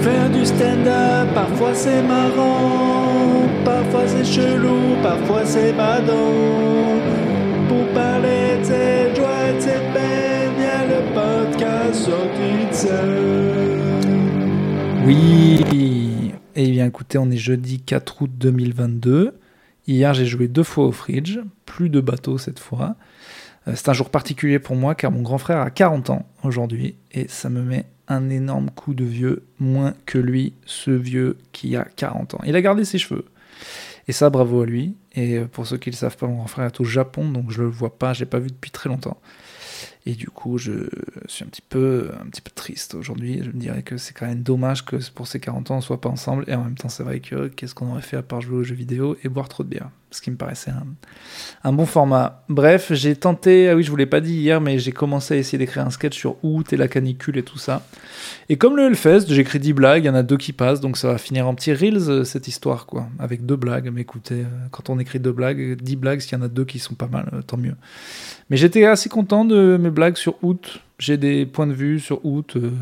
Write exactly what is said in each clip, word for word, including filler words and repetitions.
Faire du stand-up, parfois c'est marrant, parfois c'est chelou, parfois c'est badant. Pour parler de cette joie, de cette peine, y a le podcast sorti de scène. Oui, et bien écoutez, on est jeudi quatre août deux mille vingt-deux. Hier, j'ai joué deux fois au Fridge, plus de bateaux cette fois. C'est un jour particulier pour moi car mon grand frère a quarante ans aujourd'hui et ça me met un énorme coup de vieux, moins que lui, ce vieux qui a quarante ans. Il a gardé ses cheveux. Et ça, bravo à lui. Et pour ceux qui ne le savent pas, mon grand frère est au Japon, donc je ne le vois pas, je ne l'ai pas vu depuis très longtemps. Et du coup, je suis un petit peu, un petit peu triste aujourd'hui. Je me dirais que c'est quand même dommage que pour ses quarante ans, on ne soit pas ensemble. Et en même temps, c'est vrai que qu'est-ce qu'on aurait fait à part jouer aux jeux vidéo et boire trop de bière. Ce qui me paraissait un, un bon format. Bref, j'ai tenté, ah oui, je ne vous l'ai pas dit hier, mais j'ai commencé à essayer d'écrire un sketch sur août et la canicule et tout ça. Et comme le Hellfest, j'ai écrit dix blagues, il y en a deux qui passent, donc ça va finir en petit reels, cette histoire, quoi. Avec deux blagues. Mais écoutez, quand on écrit deux blagues, dix blagues, s'il y en a deux qui sont pas mal, tant mieux. Mais j'étais assez content de mes blagues sur août. J'ai des points de vue sur août. Euh,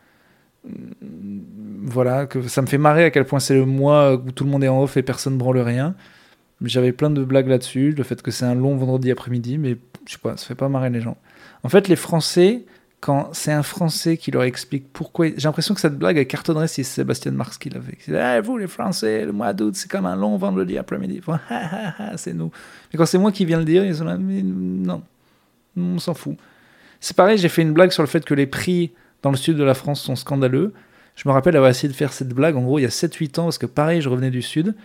voilà, que ça me fait marrer à quel point c'est le mois où tout le monde est en off et personne ne branle rien. J'avais plein de blagues là-dessus. Le fait que c'est un long vendredi après-midi, mais je sais pas, ça fait pas marrer les gens. En fait, les Français, quand c'est un Français qui leur explique pourquoi... J'ai l'impression que cette blague, elle cartonnerait si c'est Sébastien Marx qui l'avait. Il dit, ah, vous les Français, le mois d'août, c'est comme un long vendredi après-midi. Enfin, ah, ah, ah, c'est nous. Mais quand c'est moi qui viens le dire, ils sont là, mais non. On s'en fout. C'est pareil, j'ai fait une blague sur le fait que les prix dans le sud de la France sont scandaleux. Je me rappelle avoir essayé de faire cette blague, en gros, il y a sept huit ans, parce que pareil, je revenais du sud.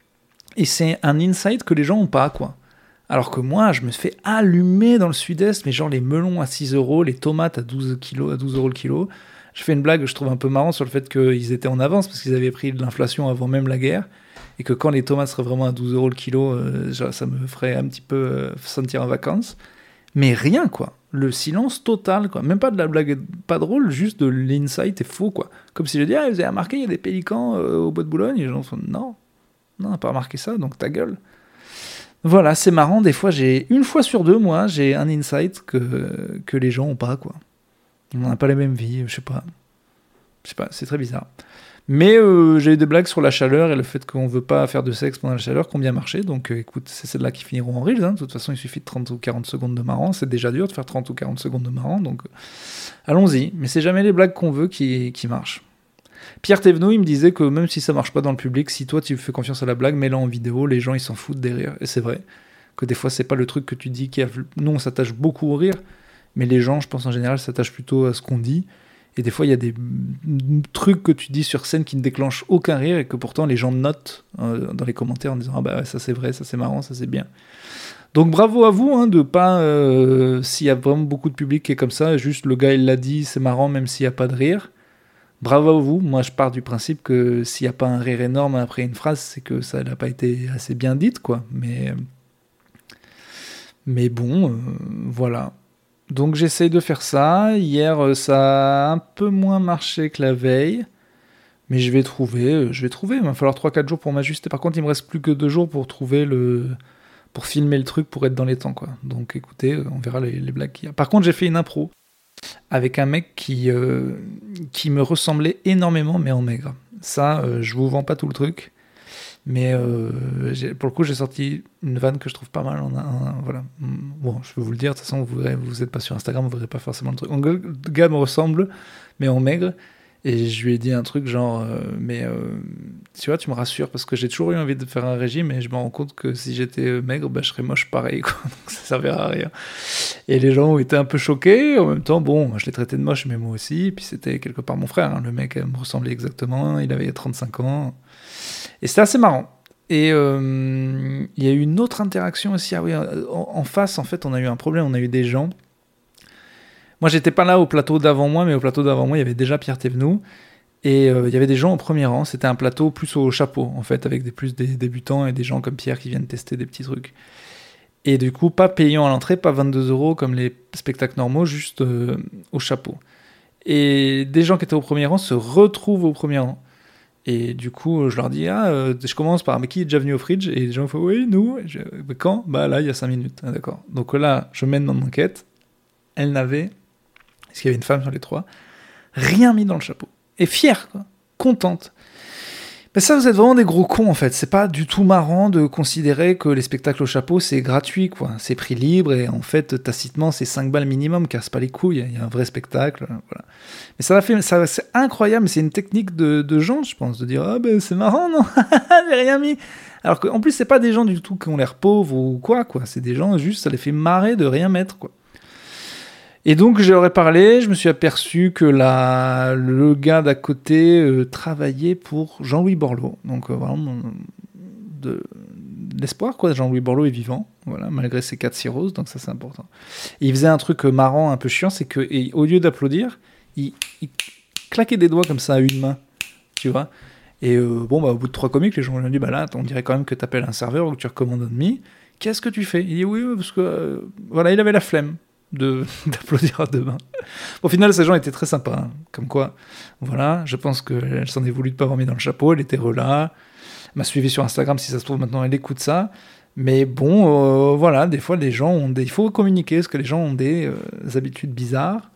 Et c'est un insight que les gens n'ont pas, quoi. Alors que moi, je me fais allumer dans le sud-est, mais genre les melons à six euros, les tomates à douze kilos, à douze euros le kilo. Je fais une blague, je trouve un peu marrant sur le fait qu'ils étaient en avance, parce qu'ils avaient pris de l'inflation avant même la guerre. Et que quand les tomates seraient vraiment à douze euros le kilo, euh, ça me ferait un petit peu euh, sentir en vacances. Mais rien, quoi. Le silence total, quoi. Même pas de la blague pas drôle, juste de l'insight est faux, quoi. Comme si je disais, ah, vous avez remarqué, il y a des pélicans euh, au bois de Boulogne. Et les gens font, non, non, on n'a pas remarqué ça, donc ta gueule. Voilà, c'est marrant. Des fois, j'ai une fois sur deux, moi, j'ai un insight que, que les gens n'ont pas, quoi. On n'a pas les mêmes vies, je sais pas. Je sais pas, c'est très bizarre. Mais euh, j'ai eu des blagues sur la chaleur et le fait qu'on ne veut pas faire de sexe pendant la chaleur qui ont bien marché. Donc euh, écoute, c'est celles-là qui finiront en reels. Hein. De toute façon, il suffit de trente ou quarante secondes de marrant. C'est déjà dur de faire trente ou quarante secondes de marrant. Donc euh, allons-y. Mais c'est jamais les blagues qu'on veut qui, qui marchent. Pierre Thévenot, il me disait que même si ça marche pas dans le public, si toi tu fais confiance à la blague, mets-la en vidéo, les gens ils s'en foutent des rires. Et c'est vrai que des fois, c'est pas le truc que tu dis qui a... Nous, on s'attache beaucoup au rire. Mais les gens, je pense en général, s'attachent plutôt à ce qu'on dit. Et des fois, il y a des trucs que tu dis sur scène qui ne déclenchent aucun rire et que pourtant les gens notent euh, dans les commentaires en disant « Ah bah ça c'est vrai, ça c'est marrant, ça c'est bien ». Donc bravo à vous hein, de pas... Euh, s'il y a vraiment beaucoup de public qui est comme ça, juste le gars il l'a dit, c'est marrant même s'il n'y a pas de rire. Bravo à vous. Moi je pars du principe que s'il n'y a pas un rire énorme après une phrase, c'est que ça n'a pas été assez bien dite, quoi. Mais, mais bon, euh, voilà. Donc j'essaye de faire ça. Hier, ça a un peu moins marché que la veille. Mais je vais trouver. Je vais trouver. Il va falloir trois quatre jours pour m'ajuster. Par contre, il me reste plus que deux jours pour trouver le... pour filmer le truc, pour être dans les temps, quoi. Donc écoutez, on verra les, les blagues qu'il y a. Par contre, j'ai fait une impro avec un mec qui, euh, qui me ressemblait énormément, mais en maigre. Ça, euh, je vous vends pas tout le truc. Mais euh, j'ai, pour le coup, j'ai sorti une vanne que je trouve pas mal. En un, un, voilà. Bon, je peux vous le dire, de toute façon, vous n'êtes pas sur Instagram, vous verrez pas forcément le truc. Donc, le gars me ressemble, mais en maigre. Et je lui ai dit un truc genre, euh, mais euh, tu vois, tu me rassures, parce que j'ai toujours eu envie de faire un régime, et je me rends compte que si j'étais maigre, bah, je serais moche pareil, quoi. Donc ça servira à rien. Et les gens ont été un peu choqués. En même temps, bon, je l'ai traité de moche, mais moi aussi. Et puis c'était quelque part mon frère. Hein. Le mec me ressemblait exactement. Il avait trente-cinq ans. Et c'était assez marrant. Et euh, il y a eu une autre interaction aussi. Ah oui, en, en face, en fait, on a eu un problème. On a eu des gens. Moi, j'étais pas là au plateau d'avant moi, mais au plateau d'avant moi, il y avait déjà Pierre Thévenot. Et euh, il y avait des gens au premier rang. C'était un plateau plus au chapeau, en fait, avec des, plus des débutants et des gens comme Pierre qui viennent tester des petits trucs. Et du coup, pas payant à l'entrée, pas vingt-deux euros comme les spectacles normaux, juste euh, au chapeau. Et des gens qui étaient au premier rang se retrouvent au premier rang. Et du coup, je leur dis, ah, euh, je commence par, mais qui est déjà venu au Fridge ? Et les gens font, oui, nous. Je, mais quand ? Bah là, il y a cinq minutes. Ah, d'accord. Donc là, je mène mon enquête. Elle n'avait, parce qu'il y avait une femme sur les trois, rien mis dans le chapeau. Et fière, quoi. contente. Mais ça, vous êtes vraiment des gros cons, en fait. C'est pas du tout marrant de considérer que les spectacles au chapeau, c'est gratuit, quoi. C'est prix libre, et en fait, tacitement, c'est cinq balles minimum, casse pas les couilles, il y a un vrai spectacle, voilà. Mais ça, fait, ça c'est incroyable, c'est une technique de, de gens, je pense, de dire « Ah ben, c'est marrant, non. J'ai rien mis !» Alors qu'en plus, c'est pas des gens du tout qui ont l'air pauvres ou quoi, quoi. C'est des gens, juste, ça les fait marrer de rien mettre, quoi. Et donc, je leur ai parlé, je me suis aperçu que la, le gars d'à côté euh, travaillait pour Jean-Louis Borloo. Donc, euh, vraiment, de, de l'espoir, quoi. Jean-Louis Borloo est vivant, voilà, malgré ses quatre cirrhoses, donc ça, c'est important. Et il faisait un truc marrant, un peu chiant, c'est qu'au lieu d'applaudir, il, il claquait des doigts comme ça à une main, tu vois. Et euh, bon, bah, au bout de trois comiques, les gens lui ont dit, bah là, on dirait quand même que t'appelles un serveur ou que tu recommandes un demi. Qu'est-ce que tu fais ? Il dit, oui, parce que, euh, voilà, il avait la flemme de d'applaudir à deux mains. Au final, ces gens étaient très sympas, hein. Comme quoi, voilà, je pense qu'elle s'en est voulu de pas avoir mis dans le chapeau, elle était relâche, elle m'a suivi sur Instagram, si ça se trouve, maintenant elle écoute ça, mais bon, euh, voilà, des fois, les gens ont des... il faut communiquer, parce que les gens ont des euh, habitudes bizarres,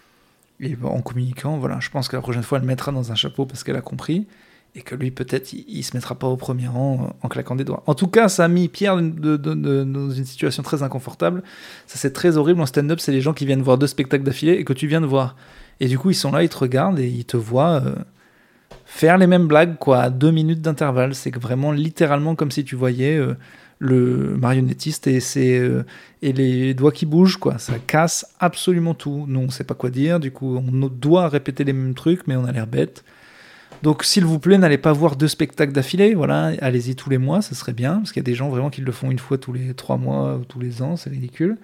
et en communiquant, voilà, je pense que la prochaine fois, elle mettra dans un chapeau parce qu'elle a compris, et que lui, peut-être, il, il se mettra pas au premier rang en claquant des doigts. En tout cas, ça a mis Pierre de, de, de, de, dans une situation très inconfortable. Ça, c'est très horrible. En stand-up, c'est les gens qui viennent voir deux spectacles d'affilée et que tu viens de voir. Et du coup, ils sont là, ils te regardent et ils te voient euh, faire les mêmes blagues, quoi, à deux minutes d'intervalle. C'est vraiment littéralement comme si tu voyais euh, le marionnettiste et, ses, euh, et les doigts qui bougent, quoi. Ça casse absolument tout. Nous, on sait pas quoi dire. Du coup, on doit répéter les mêmes trucs, mais on a l'air bête. Donc, s'il vous plaît, n'allez pas voir deux spectacles d'affilée. Voilà, allez-y tous les mois, ça serait bien, parce qu'il y a des gens vraiment qui le font une fois tous les trois mois ou tous les ans, c'est ridicule.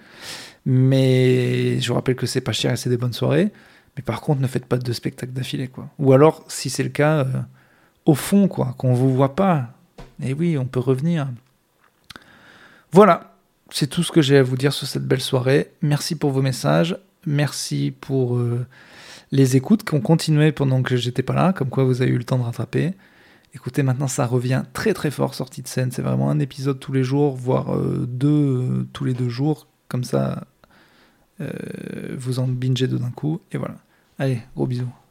Mais je vous rappelle que c'est pas cher et c'est des bonnes soirées. Mais par contre, ne faites pas deux spectacles d'affilée, quoi. Ou alors, si c'est le cas, euh, au fond, quoi, qu'on vous voit pas. Et oui, on peut revenir. Voilà, c'est tout ce que j'ai à vous dire sur cette belle soirée. Merci pour vos messages. Merci pour... Euh, les écoutes qui ont continué pendant que j'étais pas là, comme quoi vous avez eu le temps de rattraper. Écoutez, maintenant ça revient très très fort, sortie de scène. C'est vraiment un épisode tous les jours, voire euh, deux euh, tous les deux jours. Comme ça, euh, vous en bingez deux d'un coup. Et voilà. Allez, gros bisous.